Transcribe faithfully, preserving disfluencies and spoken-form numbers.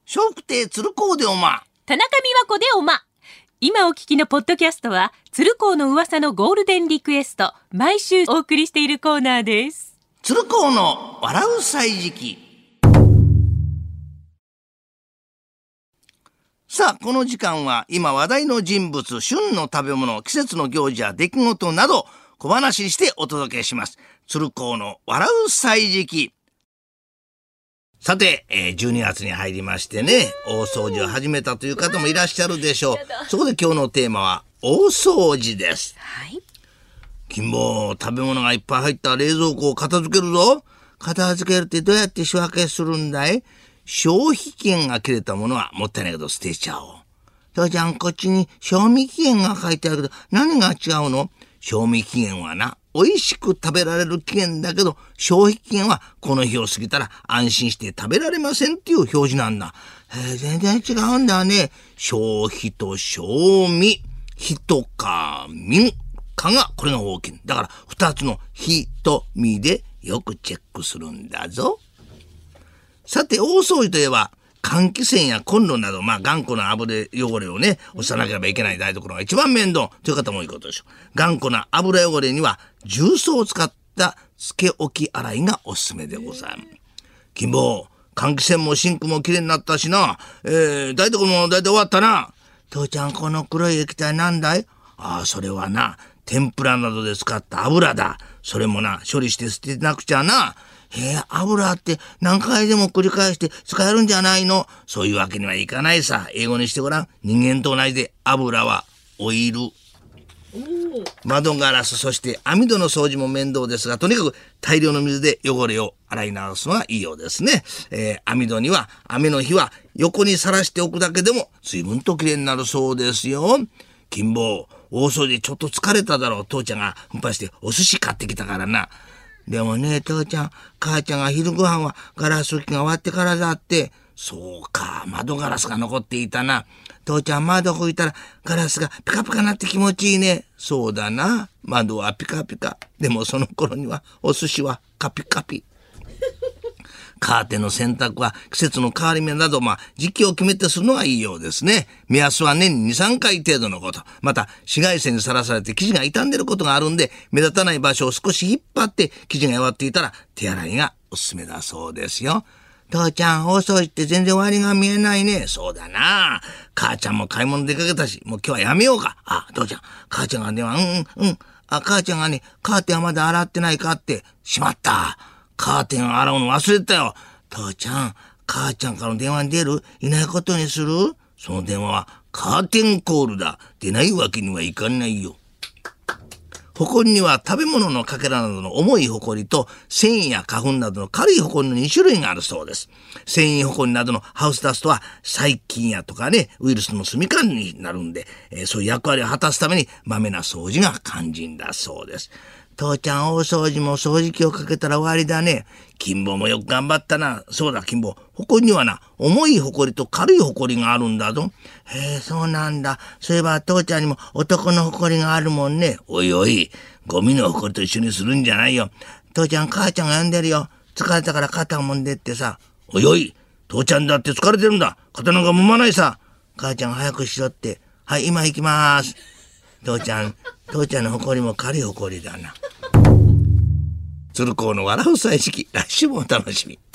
笑福亭鶴光でおま。 田中美和子でおま。今お聞きのポッドキャストは鶴光の噂のゴールデンリクエスト、毎週お送りしているコーナーです。 鶴光の笑う歳時記。さあ、この時間は今話題の人物、旬の食べ物、季節の行事や出来事など小話にしてお届けします。鶴光の笑う歳時記。さて、えー、じゅうにがつに入りましてね、大掃除を始めたという方もいらっしゃるでしょう。そこで今日のテーマは大掃除です。 はい。 金坊、食べ物がいっぱい入った冷蔵庫を片付けるぞ。片付けるってどうやって仕分けするんだい？消費期限が切れたものはもったいないけど捨てちゃおう。父ちゃん、こっちに賞味期限が書いてあるけど何が違うの？賞味期限はな、美味しく食べられる期限だけど、消費期限はこの日を過ぎたら安心して食べられませんっていう表示なんだ。へえ、全然違うんだね。消費と賞味、火とか味かがこれが大きい。だから二つの火と味でよくチェックするんだぞ。さて、大掃除といえば換気扇やコンロなど、まあ頑固な油汚れをね、落とさなければいけない台所が一番面倒という方も多いことでしょう。頑固な油汚れには重曹を使ったつけ置き洗いがおすすめでございます。金坊、換気扇もシンクもきれいになったしな、えー、台所も大体終わったな。父ちゃん、この黒い液体なんだい？ああ、それはな、天ぷらなどで使った油だ。それもな、処理して捨てなくちゃな。えー、油って何回でも繰り返して使えるんじゃないの？そういうわけにはいかないさ。英語にしてごらん。人間と同じで油はオイル。窓ガラス、そして網戸の掃除も面倒ですが、とにかく大量の水で汚れを洗い流すのがいいようですね。えー、網戸には雨の日は横にさらしておくだけでも随分ときれいになるそうですよ。金坊、大掃除ちょっと疲れただろう。父ちゃんが奮発してお寿司買ってきたからな。でもね、父ちゃん、母ちゃんが昼ご飯はガラス拭きが終わってからだって。そうか、窓ガラスが残っていたな。父ちゃん、窓拭いたらガラスがピカピカなって気持ちいいね。そうだな、窓はピカピカ。でもその頃にはお寿司はカピカピ。カーテンの洗濯は季節の変わり目など、まあ時期を決めてするのがいいようですね。目安は年にに、さんかい程度のこと。また紫外線にさらされて生地が傷んでることがあるんで、目立たない場所を少し引っ張って生地が弱っていたら手洗いがおすすめだそうですよ。父ちゃん、大掃除って全然終わりが見えないね。そうだな。母ちゃんも買い物出かけたし、もう今日はやめようか。あ、父ちゃん、母ちゃんがね、うんうん、あ、母ちゃんがね、カーテンはまだ洗ってないかって。しまった。カーテンを洗うの忘れてたよ。父ちゃん、母ちゃんからの電話に出る？いないことにする？その電話はカーテンコールだ。出ないわけにはいかないよ。ホコリには食べ物のかけらなどの重いホコリと繊維や花粉などの軽いホコリのに種類があるそうです。繊維ホコリなどのハウスダストは細菌やとかね、ウイルスの住みかになるんで、えー、そういう役割を果たすためにまめな掃除が肝心だそうです。父ちゃん、大掃除も掃除機をかけたら終わりだね。金坊もよく頑張ったな。そうだ、金坊。ホコリにはな、重いホコリと軽いホコリがあるんだぞ。へえ、そうなんだ。そういえば父ちゃんにも男のホコリがあるもんね。おいおい、ゴミのホコリと一緒にするんじゃないよ。父ちゃん、母ちゃんが呼んでるよ。疲れたから肩を揉んでってさ。おいおい、父ちゃんだって疲れてるんだ。肩なんか揉まないさ。母ちゃん早くしろって。はい、今行きます。父ちゃん、父ちゃんのホコリも軽いホコリだな。鶴光の笑う歳時記、来週もお楽しみ。